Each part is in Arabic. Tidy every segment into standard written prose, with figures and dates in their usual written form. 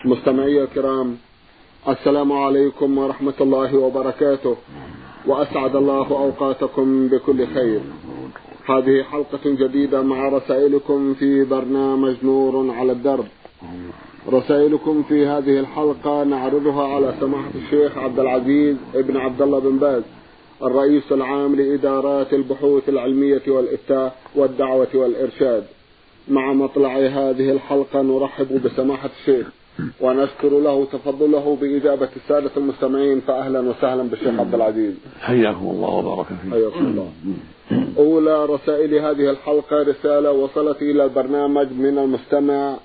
مستمعي الكرام، السلام عليكم ورحمة الله وبركاته، وأسعد الله أوقاتكم بكل خير. هذه حلقة جديدة مع رسائلكم في برنامج نور على الدرب. رسائلكم في هذه الحلقة نعرضها على سماحة الشيخ عبد العزيز ابن عبد الله بن باز، الرئيس العام لإدارات البحوث العلمية والإفتاء والدعوة والإرشاد. مع مطلع هذه الحلقة نرحب بسماحة الشيخ ونشكر له تفضله بإجابة السادة المستمعين، فأهلا وسهلا بالشيخ عبد العزيز. حياكم الله وبارك فيك. حياكم الله. أولى رسائل هذه الحلقة رسالة وصلت إلى البرنامج من المستمع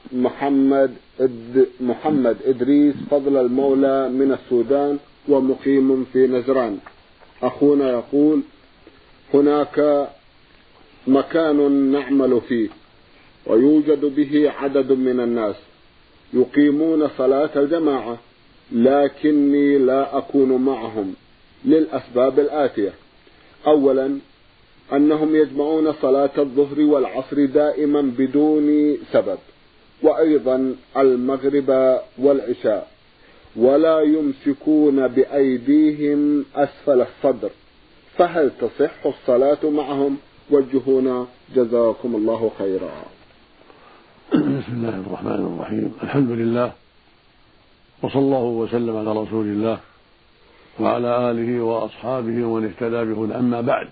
محمد إدريس فضل المولى من السودان ومقيم في نجران. أخونا يقول: هناك مكان نعمل فيه ويوجد به عدد من الناس يقيمون صلاة الجماعة، لكني لا أكون معهم للأسباب الآتية: أولا، أنهم يجمعون صلاة الظهر والعصر دائما بدون سبب، وأيضا المغرب والعشاء، ولا يمسكون بأيديهم أسفل الصدر، فهل تصح الصلاة معهم؟ وجهونا جزاكم الله خيرا. بسم الله الرحمن الرحيم. الحمد لله، وصلى الله وسلم على رسول الله وعلى آله وأصحابه ومن اهتدى بهداه. أما بعد،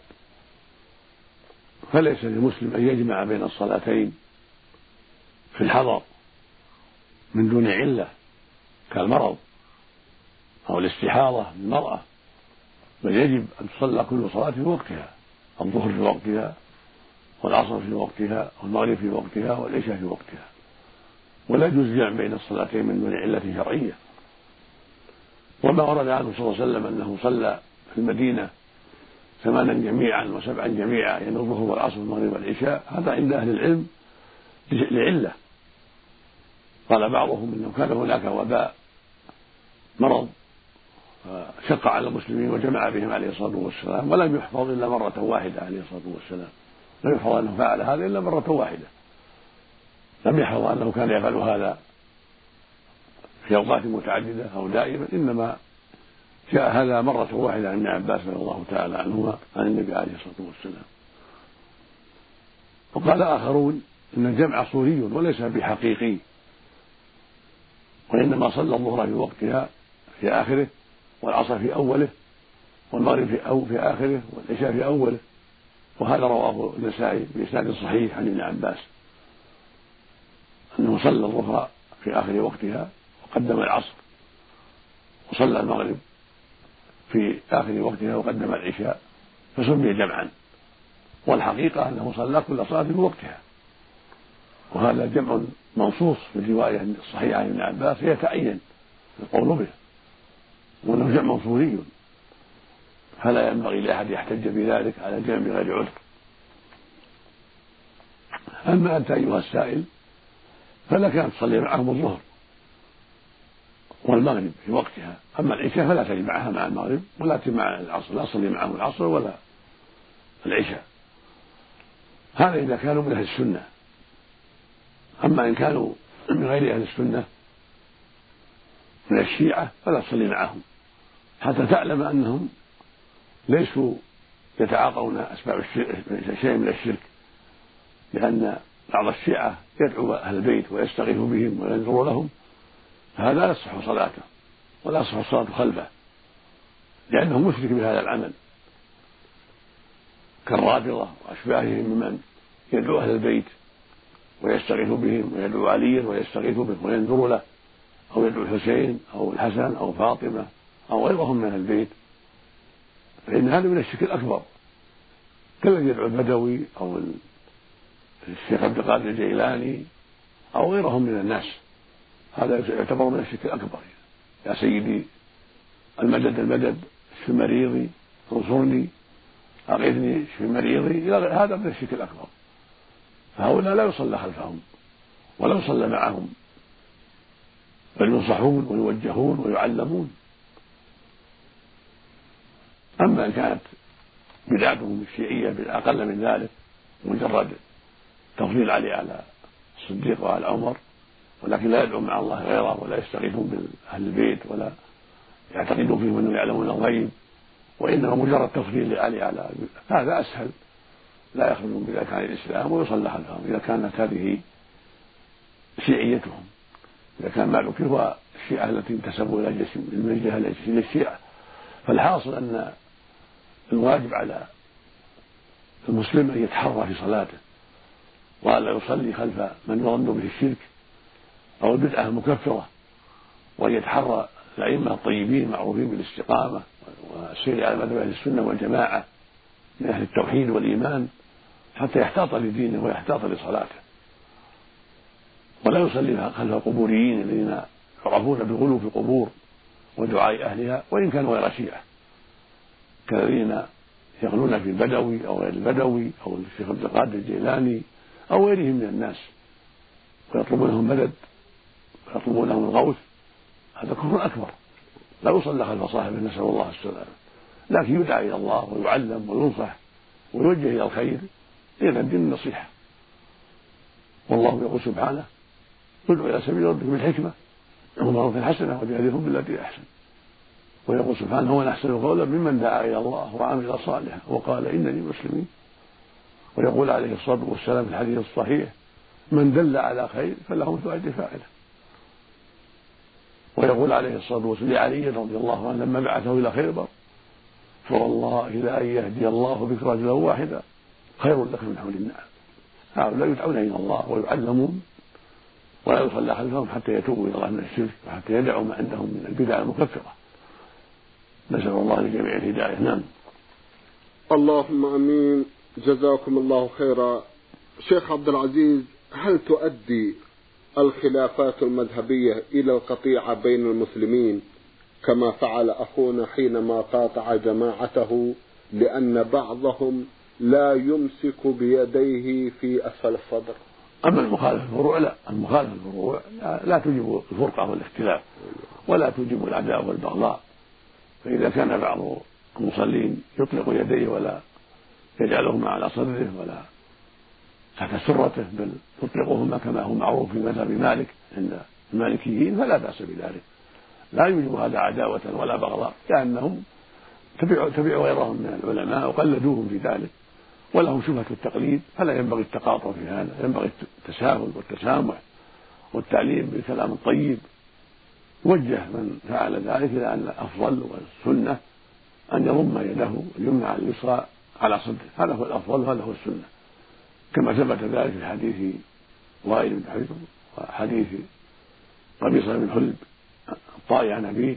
فليس للمسلم أن يجمع بين الصلاتين في الحضر من دون علة كالمرض أو الاستحاضة للمرأة، بل يجب أن تصلى كل صلاة في وقتها: الظهر في وقتها، والعصر في وقتها، والمغرب في وقتها، والعشاء في وقتها، ولا يجوز الجمع بين الصلاتين من دون علة شرعية. وما ورد عنه صلى الله عليه وسلم أنه صلى في المدينة 8 جميعا و7 جميعا، يعني الظهر والعصر والمغرب والعشاء، هذا عند أهل العلم لعلة. قال بعضهم إنه كان هناك وباء مرض فشق على المسلمين وجمع بهم عليه الصلاة والسلام، ولم يحفظ إلا مرة واحدة عليه الصلاة والسلام، لم يحفظ أنه فعل هذا إلا مرة واحدة، لم يحفظ أنه كان يفعل هذا في أوقات متعددة أو دائما، إنما جاء هذا مرة واحدة عن ابن عباس رضي الله تعالى عنهما عن النبي عليه الصلاة والسلام. وقال آخرون إن الجمع صوري وليس بحقيقي، وإنما صلى الظهر في وقتها في آخره، والعصر في أوله، والمغرب في آخره، والعشاء في أوله. وهذا رواه النسائي بإسناد صحيح عن ابن عباس أنه صلى الظهر في آخر وقتها وقدم العصر، وصلى المغرب في آخر وقتها وقدم العشاء، فسمي جمعا، والحقيقة أنه صلى كل صلاة في وقتها. وهذا جمع منصوص في الرواية الصحيحة عن ابن عباس، يتعين القول به، وأنه جمع صوري، فلا ينبغي لأحد يحتج بذلك على الجمع بغير عذر. أما أنت أيها السائل، فلك أن تصلي معهم الظهر والمغرب في وقتها، أما العشاء فلا تجمعها مع المغرب ولا تجمع العصر، لا تصلي معهم العصر ولا العشاء. هذا إذا كانوا من أهل السنة. أما إن كانوا من غير أهل السنة من الشيعة فلا تصلي معهم، حتى تعلم أنهم ليسوا يتعاطون أسباب شيء من الشرك، لأن بعض الشيعة يدعو أهل البيت ويستغيث بهم وينذر لهم، فهذا لا يصح صلاته ولا يصح الصلاة خلفه، لأنه مشرك بهذا العمل، كالرافضة وأشباههم ممن يدعو أهل البيت ويستغيث بهم، ويدعو عليا ويستغيث به وينذر له، أو يدعو الحسين أو الحسن أو فاطمة أو غيرهم من أهل البيت، فإن هذا من الشرك الأكبر، كالذي يدعو البدوي أو الشيخ عبد القادر الجيلاني أو غيرهم من الناس. هذا يعتبر من الشرك الأكبر. يا سيدي المدد المدد، اشف مريضي، انصرني، أغثني، اشف مريضي، هذا من الشرك الأكبر. فهؤلاء لا يصلى خلفهم ولا يصلى معهم، بل ينصحون ويوجهون ويعلمون. أما إن كانت بدعتهم الشيعية بالأقل من ذلك، مجرد تفضيل علي على الصديق وعلى عمر، ولكن لا يدعو مع الله غيره، ولا يستغيثون بأهل البيت، ولا يعتقدون فيهم أنهم يعلمون الغيب، وإنما مجرد تفضيل لعلي على هذا أسهل، لا يخرجون بذلك عن الإسلام ويصلى خلفهم إذا كانت هذه شيعيتهم. إذا كان ما ذكر هو الشيعة التي انتسبوا إلى جسم الشيعة. فالحاصل أن الواجب على المسلم أن يتحرى في صلاته، وألا يصلي خلف من يظن به الشرك أو البدعة المكفرة، وأن يتحرى الأئمة الطيبين المعروفين بالاستقامة والسير على مذهب أهل السنة والجماعة من أهل التوحيد والإيمان، حتى يحتاط لدينه ويحتاط لصلاته، ولا يصلي خلف القبوريين الذين يعرفون بالغلو في القبور ودعاء أهلها وإن كانوا غير شيعة، كالذين يغلون في البدوي أو غير البدوي أو الشيخ عبد القادر الجيلاني أو غيرهم من الناس، ويطلبون لهم مدد ويطلبون لهم الغوث. هذا كفر أكبر، لا يصلى خلف صاحبه، نسأل الله السلامة، لكن يدعى إلى الله ويعلم وينصح ويوجه إلى الخير، لأن الدين النصيحة. والله يقول سبحانه: ادع إلى سبيل ربك بالحكمة وموعظة حسنة وجادلهم بالتي أحسن. ويقول سبحانه: ومن أحسن قولا ممن دعا إلى الله وعمل صالحا وقال إنني مسلم. ويقول عليه الصلاة والسلام في الحديث الصحيح: من دل على خير فله مثل أجر فاعله. ويقول عليه الصلاة والسلام لعلي رضي الله عنه لما بعثه إلى خيبر: فوالله لأن يهدي الله بك رجلا واحدا خير لك من حول النعم. هؤلاء يدعون إلى الله ويعلمون، ولا يصلى خلفهم حتى يتوبوا إلى الله من الشرك وحتى يدعوا ما عندهم من البدع المكفرة. نسأل الله لجميع الهداية. نعم. اللهم امين. جزاكم الله خيرا. شيخ عبد العزيز، هل تؤدي الخلافات المذهبية إلى القطيعة بين المسلمين كما فعل أخونا حينما قاطع جماعته لأن بعضهم لا يمسك بيديه في أسفل الصدر؟ أما المخالفة الفروع لا، المخالفة الفروع لا توجب الفرقة والاختلاف ولا توجب العداوة والبغضاء. فإذا كان بعض المصلين يطلق يديه ولا يجعلهما على صدره ولا تحت سرته، بل يطلقهما كما هو معروف في مذهب مالك عند المالكيين، فلا بأس بذلك، لا يوجب هذا عداوة ولا بغضاء، لأنهم تبعوا غيرهم من العلماء وقلدوهم في ذلك ولهم شبهة التقليد، فلا ينبغي التقاطع في هذا، ينبغي التساهل والتسامح والتعليم بالكلام الطيب. وجه من فعل ذلك إلى أن الأفضل والسنة أن يضم يده اليمنى على اليسرى على صدره، هذا هو الأفضل وهذا هو السنة، كما ثبت ذلك في حديث وائل بن حجر وحديث قبيصة بن حلب الطائي عن أبيه،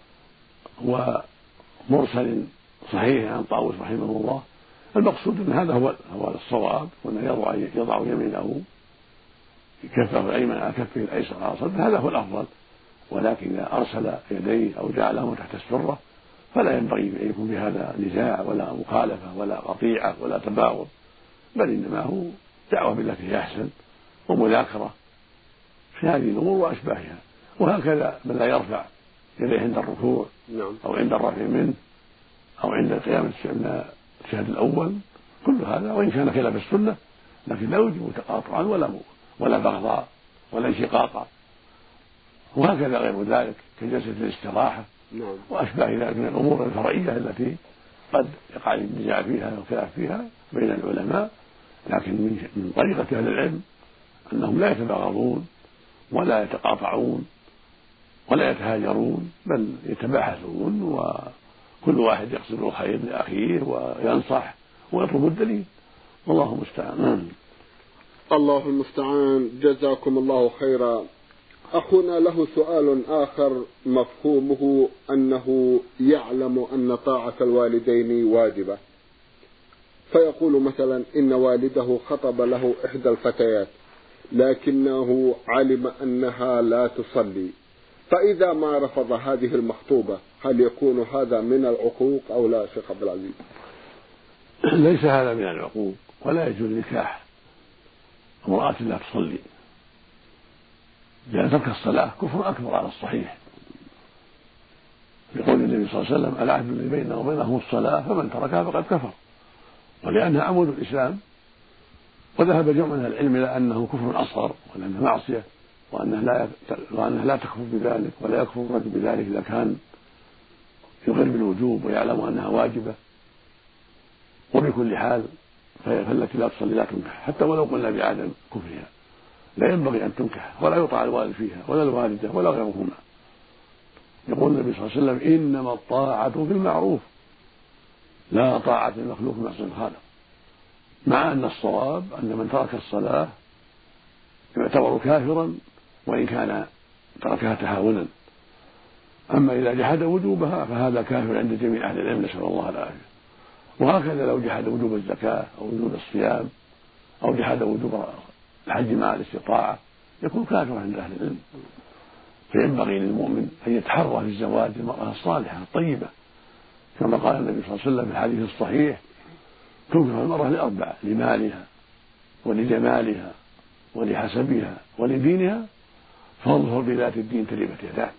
ومرسل صحيح عن طاووس رحمه الله. المقصود أن هذا هو الصواب، وأن يضع يمينه كفه الأيمن على كفه الأيسر على صدره، هذا هو الأفضل. ولكن إذا أرسل يديه أو جعلهما تحت السرة فلا ينبغي أن يكون بهذا نزاع ولا مخالفة ولا قطيعة ولا تباغض، بل إنما هو دعوة بالتي هي أحسن ومذاكرة في هذه الأمور وأشباهها. وهكذا من لا يرفع يديه عند الركوع أو عند الرفع منه أو عند القيام من الشهد الأول، كل هذا وإن كان خلاف السنة لكن لا يوجب تقاطعا ولا بغضاء ولا انشقاقا. وهكذا غير ذلك كجلسة الاستراحة وأشباه ذلك من الأمور الفرعية التي قد يقع النزاع فيها والخلاف فيها بين العلماء، لكن من طريقة أهل العلم أنهم لا يتباغضون ولا يتقاطعون ولا يتهاجرون، بل يتباحثون وكل واحد يقصد الخير لأخيه وينصح ويطلب الدليل، والله المستعان. الله المستعان. جزاكم الله خيرا. أخونا له سؤال آخر مفهومه أنه يعلم أن طاعة الوالدين واجبة، فيقول مثلا إن والده خطب له إحدى الفتيات لكنه علم أنها لا تصلي، فإذا ما رفض هذه المخطوبة هل يكون هذا من العقوق أو لا شيخ عبد العزيز؟ ليس هذا من العقوق، ولا يجوز نكاح امرأة لا تصلي، لأن ترك الصلاة كفر أكبر على الصحيح، بقول النبي صلى الله عليه وسلم: العهد الذي بيننا وبينهم الصلاة فمن تركها فقد كفر، ولأنها عمود الإسلام. وذهب جمع من العلم إلى أنه كفر أصغر ولأنها معصية وأنها لا تكفر بذلك ولا يكفر الرجل بذلك إذا كان يقر بالوجوب ويعلم أنها واجبة. وبكل حال فالتي لا تصلي لا تنكح حتى ولو قلنا بعدم كفرها، لا ينبغي أن تنكح ولا يطاع الوالد فيها ولا الوالدة ولا غيرهما. يقول النبي صلى الله عليه وسلم: إنما الطاعة في المعروف لا طاعة للمخلوق في معصية الخالق، مع أن الصواب أن من ترك الصلاة يعتبر كافرا وإن كان تركها تهاونا، أما إذا جحد وجوبها فهذا كافر عند جميع أهل العلم، نسأل الله العافية. وهكذا لو جحد وجوب الزكاة أو وجوب الصيام أو جحد وجوب الحج مع الاستطاعة يكون كافرا عند أهل العلم. فينبغي للمؤمن أن يتحرى في الزواج المرأة الصالحة الطيبة، كما قال النبي صلى الله عليه وسلم في الحديث الصحيح: تنكح المرأة لأربع: لمالها ولجمالها ولحسبها ولدينها، فانظر بذات الدين تربت يداك.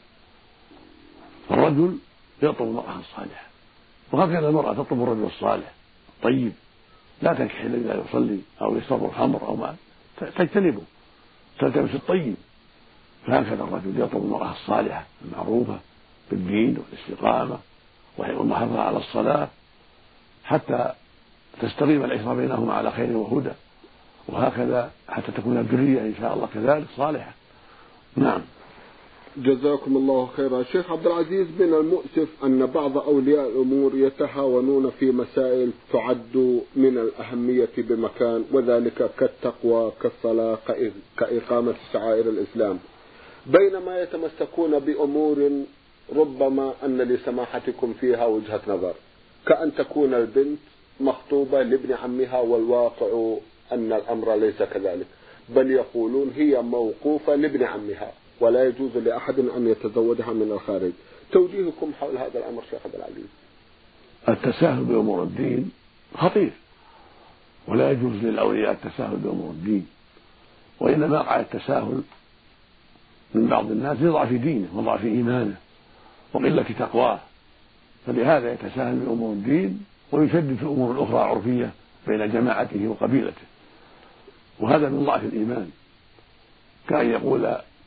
فالرجل يطلب المرأة الصالحة، وهكذا المرأة تطلب الرجل الصالح طيب، لا تنكح إلا إذا يصلي أو يشرب الخمر أو ما تجتنبه، تلتمس الطيب. فهكذا الرجل يطلب المرأة الصالحة المعروفة بالدين والاستقامة والمحافظة على الصلاة حتى تستقيم العشرة بينهما على خير وهدى، وهكذا حتى تكون الذرية إن شاء الله كذلك صالحة. نعم. جزاكم الله خيرا. شيخ عبد العزيز، من المؤسف أن بعض أولياء الأمور يتهاونون في مسائل تعد من الأهمية بمكان، وذلك كالتقوى كالصلاة كإقامة شعائر الإسلام، بينما يتمسكون بأمور ربما أن لسماحتكم فيها وجهة نظر، كأن تكون البنت مخطوبة لابن عمها، والواقع أن الأمر ليس كذلك، بل يقولون هي موقوفة لابن عمها ولا يجوز لأحد أن يتزوجها من الخارج. توجيهكم حول هذا الأمر شيخ عبد العزيز؟ التساهل بأمور الدين خطير، ولا يجوز للأولياء التساهل بأمور الدين، وإنما وقع التساهل من بعض الناس لضعف دينه وضعف إيمانه وقلة تقواه، فلهذا يتساهل بأمور الدين ويشدد في الأمور الأخرى عرفية بين جماعته وقبيلته، وهذا من ضعف الإيمان. كأن يقول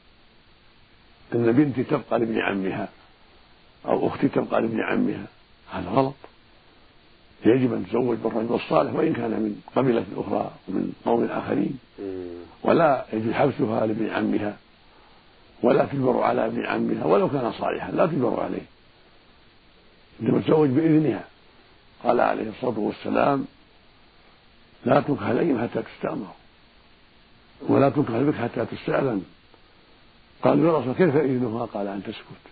إن بنتي تبقى لابن عمها أو أختي تبقى لابن عمها، هذا غلط. يجب أن تزوج بالرجل الصالح وإن كان من قبيلة أخرى ومن قوم آخرين، ولا يجوز حبسها لابن عمها ولا تجبر على ابن عمها ولو كان صالحا، لا تجبر عليه، إنما تزوج بإذنها. قال عليه الصلاة والسلام: لا تنكح الأيم حتى تستأمر ولا تنكح البكر حتى تستأذن. قالوا: يا رسول كيف إذنها؟ قال: أن تسكت.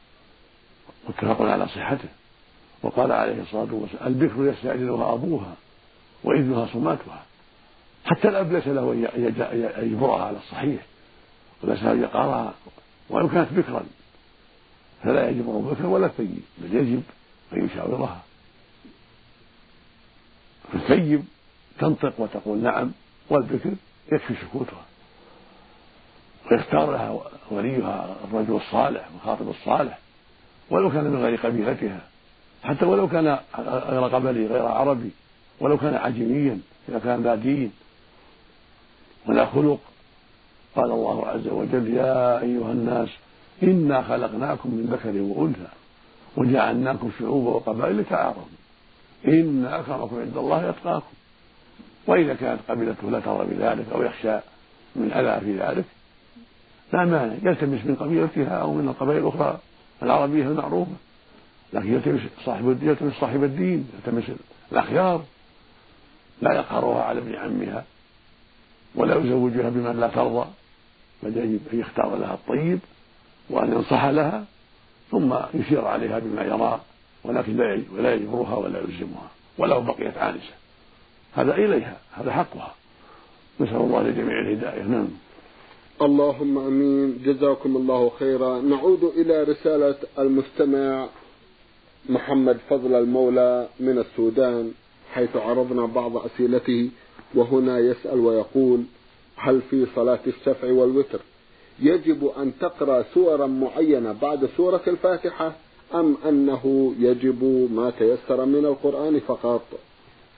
متفق على صحته. وقال عليه الصلاة والسلام: البكر يستأذنها أبوها وإذنها صماتها. حتى الأب ليس له أن يجبرها على الصحيح وليس له أن يقارها، وإن كانت بكرا فلا يجبر بكرا ولا الثيب، بل يجب أن يشاورها. فالثيب تنطق وتقول نعم، والبكر يكفي سكوتها، ويختار لها وليها الرجل الصالح والخاطب الصالح ولو كان من غير قبيلتها، حتى ولو كان غير قبلي غير عربي، ولو كان عجميا إذا كان ذا دين ولا خلق. قال الله عز وجل: يا أيها الناس إنا خلقناكم من ذكر وأنثى وجعلناكم شعوبا وقبائل لتعارفوا إن أكرمكم عند الله يتقاكم. وإذا كانت قبيلته لا ترى بذلك أو يخشى من أذى في ذلك لا مانع، يلتمس من قبيلتها أو من القبائل الأخرى العربية المعروفة، لكن يلتمس صاحب الدين، يلتمس الأخيار، لا يقهرها على ابن عمها ولا يزوجها بمن لا ترضى، بل يجب أن يختار لها الطيب وأن ينصح لها ثم يشير عليها بما يرى، ولكن لا يجبرها ولا يلزمها ولو بقيت عانسة، هذا إليها، هذا حقها. نسأل الله لجميع الهداية. نعم. اللهم امين. جزاكم الله خيرا. نعود الى رسالة المستمع محمد فضل المولى من السودان، حيث عرضنا بعض اسئلته، وهنا يسأل ويقول: هل في صلاة الشفع والوتر يجب ان تقرأ سورا معينة بعد سورة الفاتحة، ام انه يجب ما تيسر من القرآن فقط؟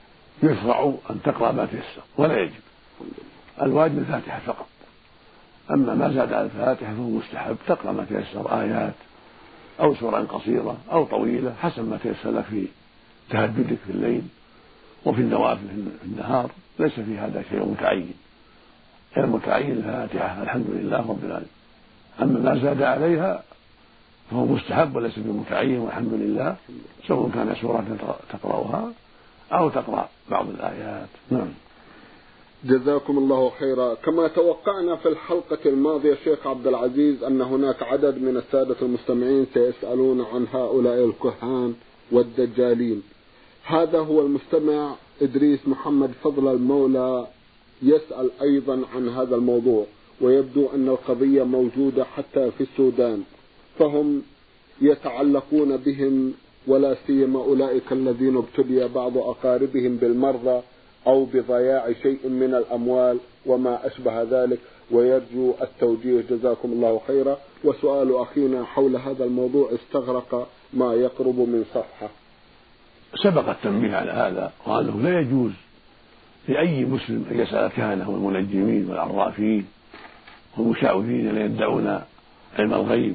يشرع ان تقرأ ما تيسر ولا يجب، الواجب الفاتحة فقط، أما ما زاد على الفاتحة فهو مستحب، تقرأ ما تيسر، آيات أو سورة قصيرة أو طويلة حسب ما تيسر لك في تهجدك في الليل، وفي النوافل في النهار ليس في هذا شيء متعين، المتعين الفاتحة الحمد لله رب العالمين. أما ما زاد عليها فهو مستحب وليس بمتعين، والحمد لله، سواء كان سورة تقرأها أو تقرأ بعض الآيات. نعم. جزاكم الله خيرا. كما توقعنا في الحلقة الماضية شيخ عبد العزيز أن هناك عدد من السادة المستمعين سيسألون عن هؤلاء الكهان والدجالين. هذا هو المستمع إدريس محمد فضل المولى يسأل أيضا عن هذا الموضوع، ويبدو أن القضية موجودة حتى في السودان، فهم يتعلقون بهم، ولا سيما أولئك الذين ابتلي بعض أقاربهم بالمرضى أو بضياع شيء من الأموال وما أشبه ذلك، ويرجو التوجيه جزاكم الله خيرا. وسؤال أخينا حول هذا الموضوع استغرق ما يقرب من صفحة. سبق التنبيه على هذا، وأنه لا يجوز لأي مسلم أن يسأل الكهنة والمنجمين والعرافين والمشعوذين الذين يدعون علم الغيب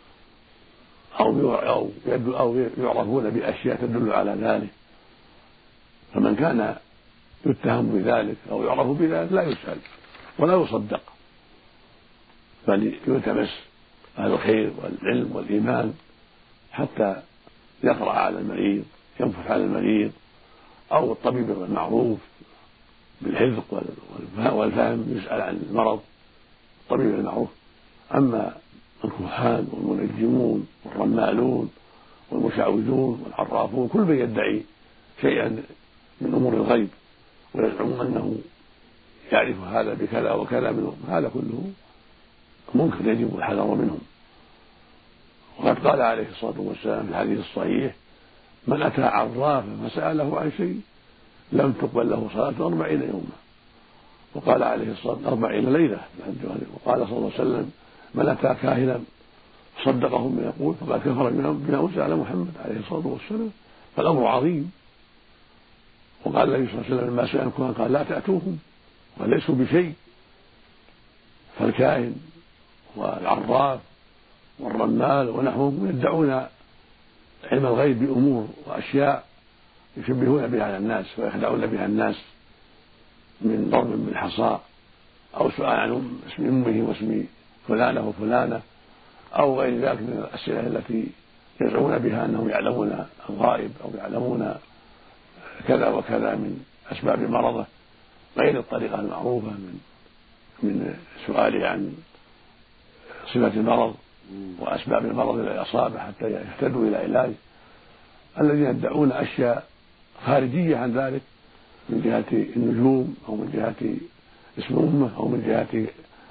أو يعرفون بأشياء تدل على ذلك. فمن كان يتهم بذلك أو يعرف بذلك لا يسأل ولا يصدق، بل يلتمس أهل الخير والعلم والإيمان حتى يقرأ على المريض، ينفث على المريض، أو الطبيب المعروف بالحذق والفهم يسأل عن المرض، الطبيب المعروف. أما الكهان والمنجمون والرمالون والمشعوذون والعرافون، كل من يدعي شيئا من أمور الغيب ويزعم أنه يعرف هذا بكذا وكذا منهم، هذا كله منكر يجب الحذر منهم. وقد قال عليه الصلاة والسلام في الحديث الصحيح: من أتى عرافا فسأله عن شيء لم تقبل له صلاة 40 يوما. وقال عليه الصلاة والسلام 40 ليلة. وقال صلى الله عليه وسلم: من أتى كاهنا صدقه بما يقول فقد كفر بما أنزل على محمد عليه الصلاة والسلام. فالأمر عظيم. وقال النبي صلى الله عليه وسلم لما سئل الكهان قال: لا تأتوهم وليسوا بشيء. فالكاهن والعراف والرمال ونحوهم يدعون علم الغيب بأمور وأشياء يشبهون بها على الناس ويخدعون بها الناس، من ضرب بالحصى أو سؤال عن اسم أمه واسم فلانة وفلانة أو غير ذلك من الأسئلة التي يزعمون بها أنهم يعلمون الغائب أو يعلمون كذا وكذا من أسباب مرضه، غير الطريقة المعروفة من سؤاله عن صفة المرض وأسباب المرض الذي أصابه حتى يهتدوا إلى علاج. الذين يدعون أشياء خارجية عن ذلك من جهة النجوم أو من جهة اسم أمه أو من جهة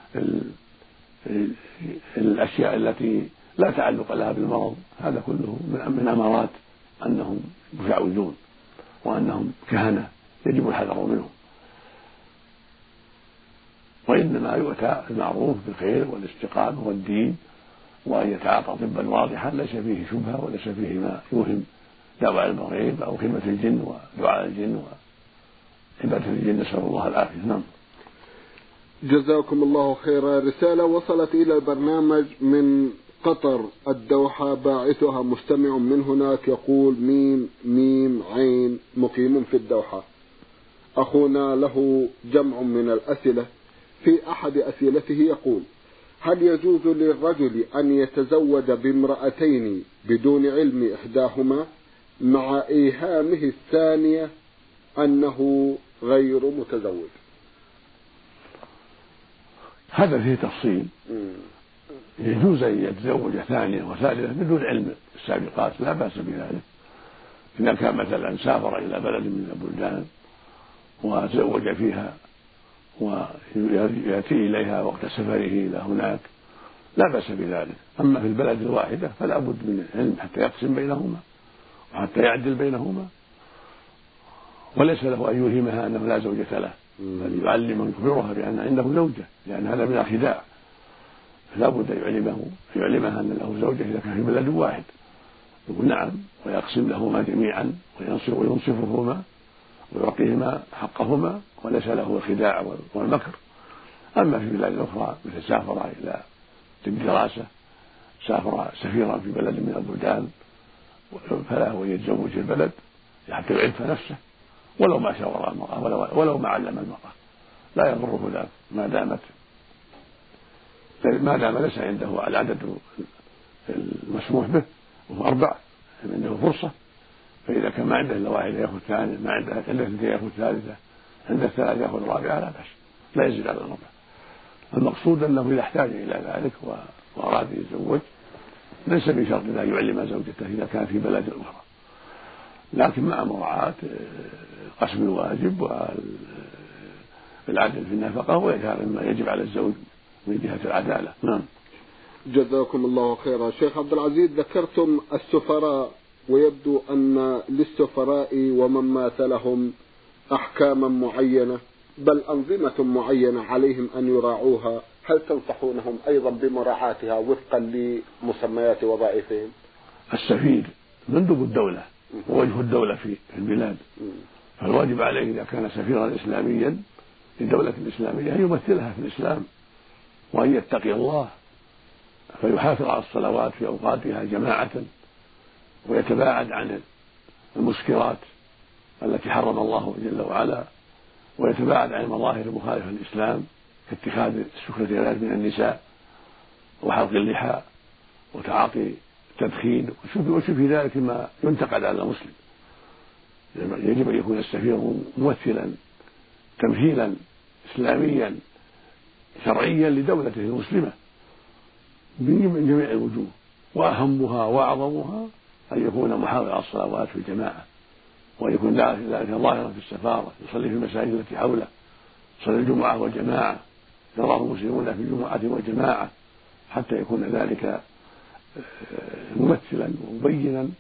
الأشياء التي لا تعلق لها بالمرض، هذا كله من أمارات أنهم مشعوذون وأنهم كهنة يجب الحذر منهم. وإنما يؤتى المعروف بالخير والاستقامة والدين، وأن يتعاطى طبا واضحا ليس فيه شبهة وليس فيه ما يوهم دعوى علم الغيب أو خدمة الجن ودعاء الجن وعبادة الجن، نسأل الله العافية. نعم. جزاكم الله خيرا. رسالة وصلت إلى البرنامج من قطر الدوحة، باعثها مستمع من هناك يقول: ميم ميم عين مقيم في الدوحة. أخونا له جمع من الأسئلة. في أحد أسئلته يقول: هل يجوز للرجل أن يتزوج بامرأتين بدون علم إحداهما مع إيهامه الثانية أنه غير متزوج؟ هذا فيه تفصيل. يجوز أن يتزوج ثانية وثالثة بدون علم السابقات، لا بأس بذلك. إذا كان مثلا سافر إلى بلد من البلدان وتزوج فيها ويأتي إليها وقت سفره إلى هناك لا بأس بذلك. أما في البلد الواحدة فلا بد من العلم حتى يقسم بينهما وحتى يعدل بينهما، وليس له أن يوهمها أنه لا زوجة له، بل يعلم ويخبرها بأن عنده زوجة، لأن هذا من الخداع. فلا بد أن يعلمها أن له زوجة إذا كان في بلد واحد، يقول نعم ويقسم لهما جميعا وينصفهما ويعطيهما حقهما، وليس له الخداع والمكر. أما في بلاد أخرى مثل سافر إلى الدراسة، سافر سفيرا في بلد من البلدان، فله أن يتزوج البلد حتى يعف نفسه ولو ما شاور المرأة ولو ما علم المرأة، لا يضره ذلك ما دام ليس عنده العدد المسموح به وهو 4 عنده فرصة. فإذا كان ما عنده إلا واحدة يأخذ ثانية، ما عنده إلا 2 يأخذ ثالثة، عنده 3 يأخذ رابعة، لا بأس، لا يزيد على 4. المقصود أنه إذا احتاج إلى ذلك وأراد يتزوج ليس بشرط لا يعلم زوجته إذا كان في بلد أخرى، لكن مع مراعاة قسم الواجب والعدل في النفقة وإظهار ما يجب على الزوج من جهة العدالة. نعم. جزاكم الله خيرا. شيخ عبد العزيز، ذكرتم السفراء، ويبدو أن للسفراء ومن مات لهم أحكاما معينة بل أنظمة معينة عليهم أن يراعوها، هل تنصحونهم أيضا بمراعاتها وفقا لمسميات وظائفهم؟ السفير مندوب الدولة ووجه الدولة في البلاد، فالواجب عليه إذا كان سفيرا إسلاميا لدولة إسلامية أن يمثلها في الإسلام وأن يتقي الله فيحافظ على الصلوات في أوقاتها جماعة ويتباعد عن المسكرات التي حرم الله جل وعلا، ويتباعد عن المظاهر المخالفة للإسلام كاتخاذ السكرتيرات من النساء وحلق اللحى وتعاطي التدخين وشبه ذلك ما ينتقد على المسلم. يجب أن يكون السفير ممثلا تمثيلا إسلاميا شرعيا لدولته المسلمة من جميع الوجوه، وأهمها وأعظمها أن يكون محافظا على الصلوات في الجماعة، وأن يكون ذلك ظاهرا في السفارة، يصلي في المساجد التي حوله، يصلي الجمعة والجماعة، يراه المسلمون في الجمعة والجماعة، حتى يكون ذلك ممثلا ومبينا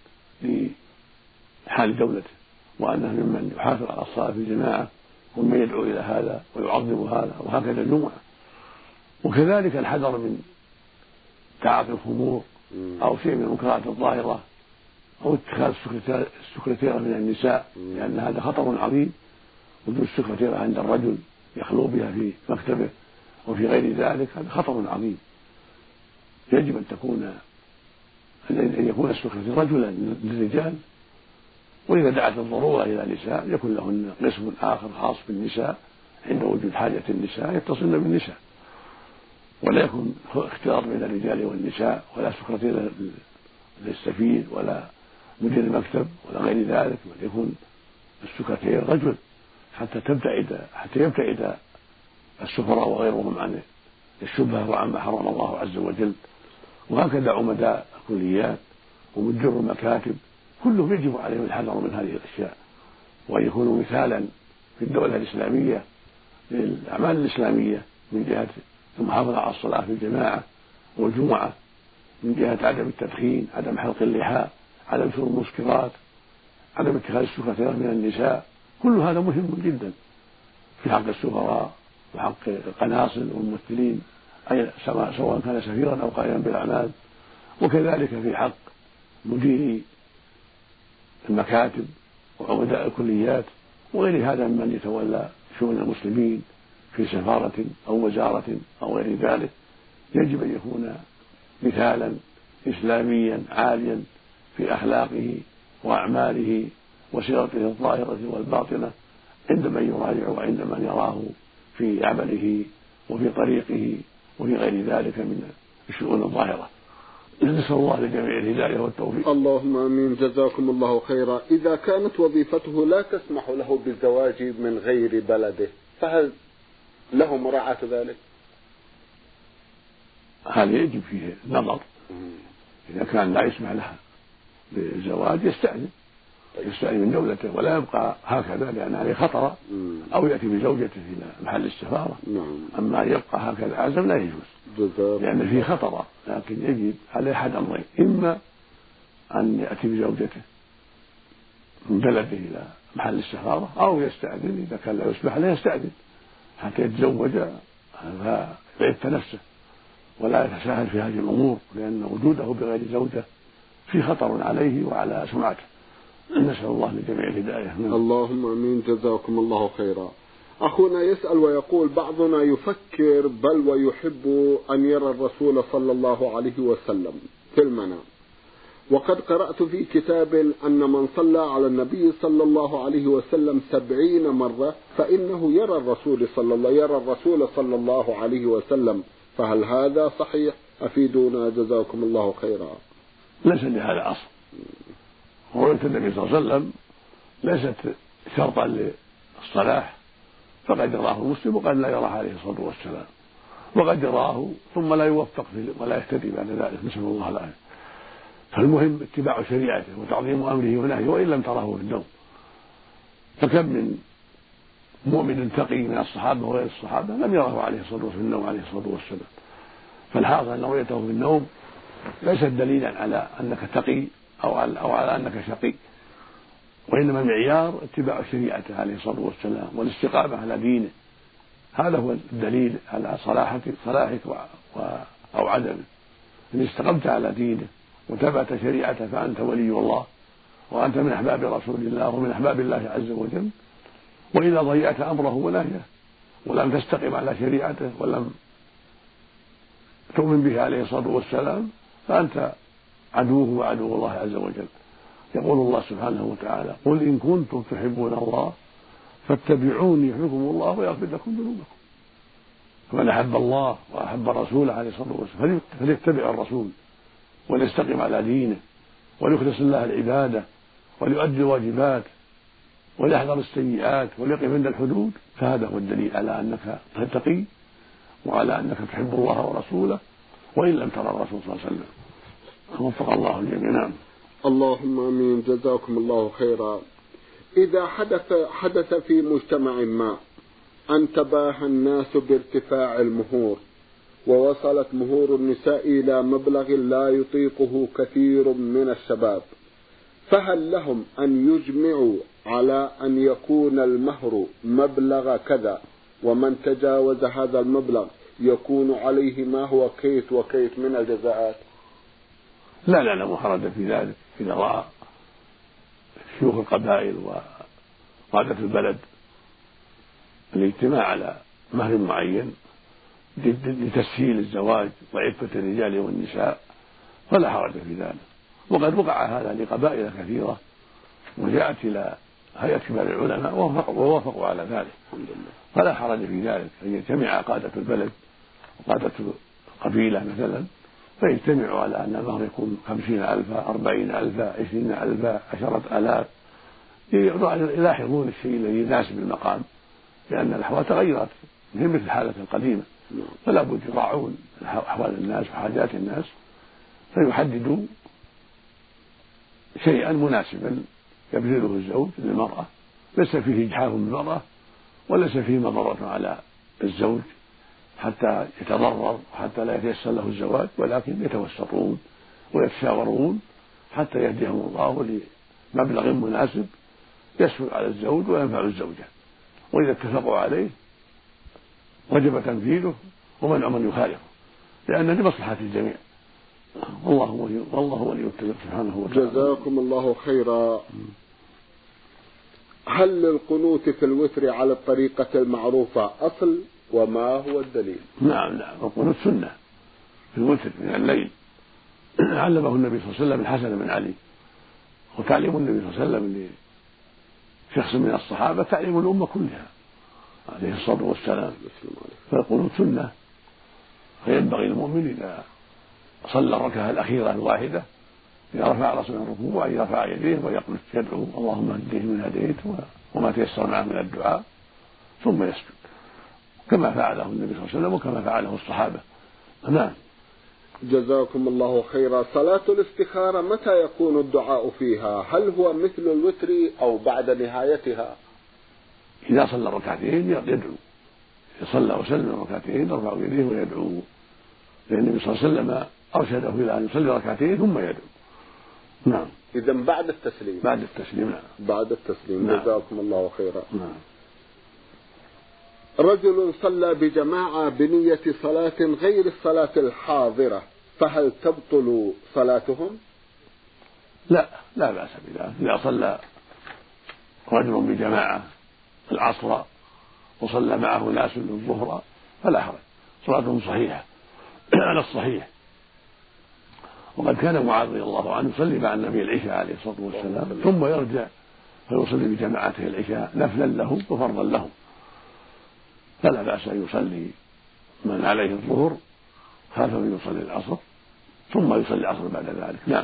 لحال دولته، وأنه ممن يحافظ على الصلاة في الجماعة ومن يدعو إلى هذا ويعظم هذا، وهكذا الجمعة. وكذلك الحذر من تعاطي الخمور أو شيء من المنكرات الظاهرة أو اتخاذ السكرتيرة من النساء، لأن هذا خطر عظيم. وجود السكرتيرة عند الرجل يخلو بها في مكتبه وفي غير ذلك هذا خطر عظيم. يجب أن يكون السكرتير رجلا للرجال، وإذا دعت الضرورة إلى نساء يكون لهن قسم آخر خاص بالنساء عند وجود حاجة النساء يتصلن بالنساء، ولا يكون اختلاط بين الرجال والنساء، ولا سكرتير للسفير ولا مدير المكتب ولا غير ذلك، بل يكون السكرتير رجل حتى يبتعد السفراء وغيرهم عن الشبهة وعما حرم الله عز وجل. وهكذا عمداء الكليات ومدير المكاتب كلهم يجب عليهم الحذر من هذه الأشياء، وأن يكونوا مثالا في الدولة الإسلامية للأعمال الإسلامية من جهة المحافظة على الصلاة في الجماعة والجمعة، من جهة عدم التدخين، عدم حلق اللحى، عدم شرب المسكرات، عدم اتخاذ السكرتيرة من النساء. كل هذا مهم جدا في حق السفراء وحق القناصل والممثلين سواء كان سفيرا أو قائما بالأعمال، وكذلك في حق مديري المكاتب وعمداء الكليات وغير هذا ممن يتولى شؤون المسلمين في سفارة أو وزارة أو غير ذلك. يجب أن يكون مثالا إسلاميا عاليا في أخلاقه وأعماله وسيرته الظاهرة والباطنة عند من يراجع وعند من يراه في عمله وفي طريقه وفي غير ذلك من الشؤون الظاهرة. نسأل الله لجميع الهداية والتوفيق. اللهم آمين. جزاكم الله خيرا. إذا كانت وظيفته لا تسمح له بالزواج من غير بلده فهل له مراعاة ذلك؟ هذا يجب فيه نظر. إذا كان لا يسمح لها بالزواج يستأذن من دولته ولا يبقى هكذا لأن عليه خطر، أو يأتي بزوجته إلى محل السفارة. أما يبقى هكذا عزم لا يجوز لأن فيه خطر، لكن يجب عليه أحد أمرين: إما أن يأتي بزوجته من بلده إلى محل السفارة، أو يستأذن إذا كان لا يسمح له يستأذن حتى يتزوج فيعف نفسه ولا يتساهل في هذه الأمور، لأن وجوده بغير زوجة في خطر عليه وعلى سمعته. نسأل الله لجميع الهداية. اللهم آمين. جزاكم الله خيرا. أخونا يسأل ويقول: بعضنا يفكر بل ويحب أن يرى الرسول صلى الله عليه وسلم في المنام، وقد قرأت في كتاب أن من صلى على النبي صلى الله عليه وسلم 70 مرة فإنه يرى الرسول صلى الله عليه وسلم، فهل هذا صحيح؟ أفيدونا جزاكم الله خيرا. ليس لهذا أصل، رؤية النبي صلى الله عليه وسلم ليست شرطا للصلاح، فقد يراه المسلم وقد لا يراه عليه الصلاة والسلام، وقد يراه ثم لا يوفق ولا يهتدي بعد ذلك، نسأل الله العافية. فالمهم اتباع شريعته وتعظيم أمره ونهيه وإن لم تراه في النوم. فكم من مؤمن تقي من الصحابة وغير الصحابة لم يره عليه الصلاة والسلام في النوم عليه الصلاة والسلام. فالحاصل أن رؤيته في النوم ليست دليلا على أنك تقي أو على أنك شقي، وإنما المعيار اتباع شريعته عليه الصلاة والسلام والاستقامة على دينه، هذا هو الدليل على صلاحك أو عدمه. إن استقمت على دينه وتبعت شريعته فأنت ولي الله، وأنت من أحباب رسول الله ومن أحباب الله عز وجل. وإذا ضيعت أمره ونهيه ولم تستقم على شريعته ولم تؤمن به عليه الصلاة والسلام فأنت عدوه وعدو الله عز وجل. يقول الله سبحانه وتعالى: قل إن كنتم تحبون الله فاتبعوني يحببكم الله ويغفر لكم ذنوبكم. فمن أحب الله وأحب الرسول عليه الصلاة والسلام فليتبع الرسول وليستقم على دينه وليخلص الله العبادة وليؤدي الواجبات وليحذر السيئات وليقف عند الحدود، فهذا هو الدليل على أنك تتقي وعلى أنك تحب الله ورسوله وإن لم ترى الرسول صلى الله عليه وسلم. وفق الله الجميع. نعم. اللهم آمين. جزاكم الله خيرا. إذا حدث في مجتمع ما أن تباهى الناس بارتفاع المهور ووصلت مهور النساء إلى مبلغ لا يطيقه كثير من الشباب، فهل لهم أن يجمعوا على أن يكون المهر مبلغ كذا، ومن تجاوز هذا المبلغ يكون عليه ما هو كيت وكيت من الجزاءات؟ لا محرج في ذلك. إذا رأى شيوخ القبائل وقادة البلد الاجتماع على مهر معين لتسهيل الزواج وعفة الرجال والنساء فلا حرج في ذلك. وقد وقع هذا لقبائل كثيرة وجاءت إلى هيئة كبار العلماء ووافقوا على ذلك، فلا حرج في ذلك أن يجتمع قادة البلد وقادة قبيلة مثلا فيجتمعوا على أن المهر يكون 50,000 40,000 20,000 10,000 يلاحظون الشيء الذي يناسب المقام، لأن الأحوال تغيرت من مثل الحالة القديمة، فلا بد يراعون أحوال الناس وحاجات الناس فيحددوا شيئا مناسبا يبذله الزوج للمرأة ليس فيه إجحاف بالمرأة وليس فيه مضرة على الزوج حتى يتضرر وحتى لا يتيسر له الزواج، ولكن يتوسطون ويتشاورون حتى يهديهم الله لمبلغ مناسب يسهل على الزوج وينفع الزوجة، وإذا اتفقوا عليه وجب تنفيذه ومنع من يخالفه، لأن لمصلحة الجميع. والله ولي التوفيق سبحانه وتعالى. جزاكم الله خيرا. هل للقنوت في الوتر على الطريقة المعروفة أصل، وما هو الدليل؟ نعم القنوت سنة في الوتر من الليل علمه النبي صلى الله عليه وسلم الحسن بن علي، وتعليم النبي صلى الله عليه وسلم لشخص من الصحابة تعليم الأمة كلها عليه الصلاة والسلام. فالقنوت سنة، فينبغي المؤمن إذا صلى الركعة الأخيرة الواحدة إذا رفع رأسه من الركوع أن يرفع يديه ويقنت يدعو اللهم اهديه من هديت وما تيسر معه من الدعاء ثم يسجد كما فعله النبي صلى الله عليه وسلم وكما فعله الصحابة. نعم. جزاكم الله خيرا. صلاة الاستخارة متى يكون الدعاء فيها؟ هل هو مثل الوتر أو بعد نهايتها؟ إذا صلى ركعتين يدعو، إذا صلى وسلم ركعتين يرفع يديه ويدعو، لأن النبي صلى الله عليه وسلم أرشده إلى أن يصلي ركعتين ثم يدعو. نعم. إذا بعد التسليم. بعد التسليم. نعم. بعد التسليم. نعم. جزاكم الله خيرا. نعم. رجل صلى بجماعة بنية صلاة غير الصلاة الحاضرة، فهل تبطل صلاتهم؟ لا بأس بذلك. إذا صلى رجل بجماعة العصر وصلى معه ناس الظهر فلا حرج، صلاتهم صحيحة على الصحيح. وقد كان معاذ رضي الله عنه يصلي مع النبي العشاء عليه الصلاة والسلام ثم يرجع فيصلي بجماعته العشاء نفلا له وفرضا له، فلا بأس أن يصلي من عليه الظهر خلفه يصلي العصر ثم يصلي العصر بعد ذلك. نعم.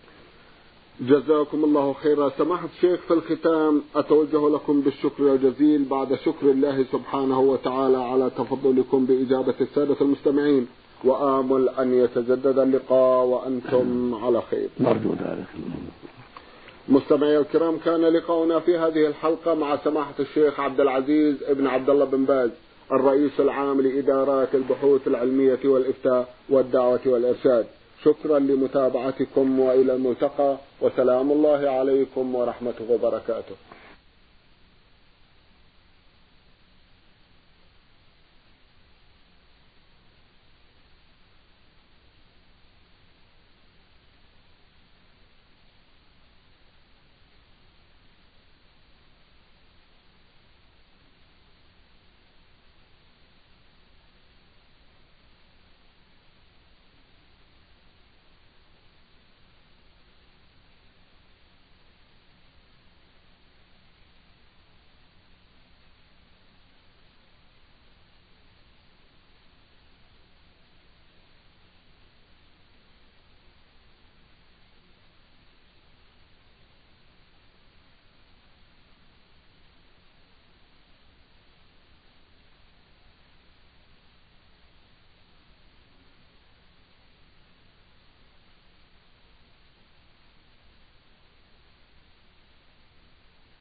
جزاكم الله خيرا. سماحة الشيخ، في الختام أتوجه لكم بالشكر الجزيل بعد شكر الله سبحانه وتعالى على تفضلكم بإجابة السادة المستمعين، وآمل أن يتجدد اللقاء وأنتم على خير. نرجو ذلك. مستمعي الكرام، كان لقاؤنا في هذه الحلقة مع سماحة الشيخ عبد العزيز ابن عبد الله بن باز، الرئيس العام لإدارات البحوث العلمية والإفتاء والدعوة والإرشاد. شكرا لمتابعتكم وإلى الملتقى، وسلام الله عليكم ورحمته وبركاته.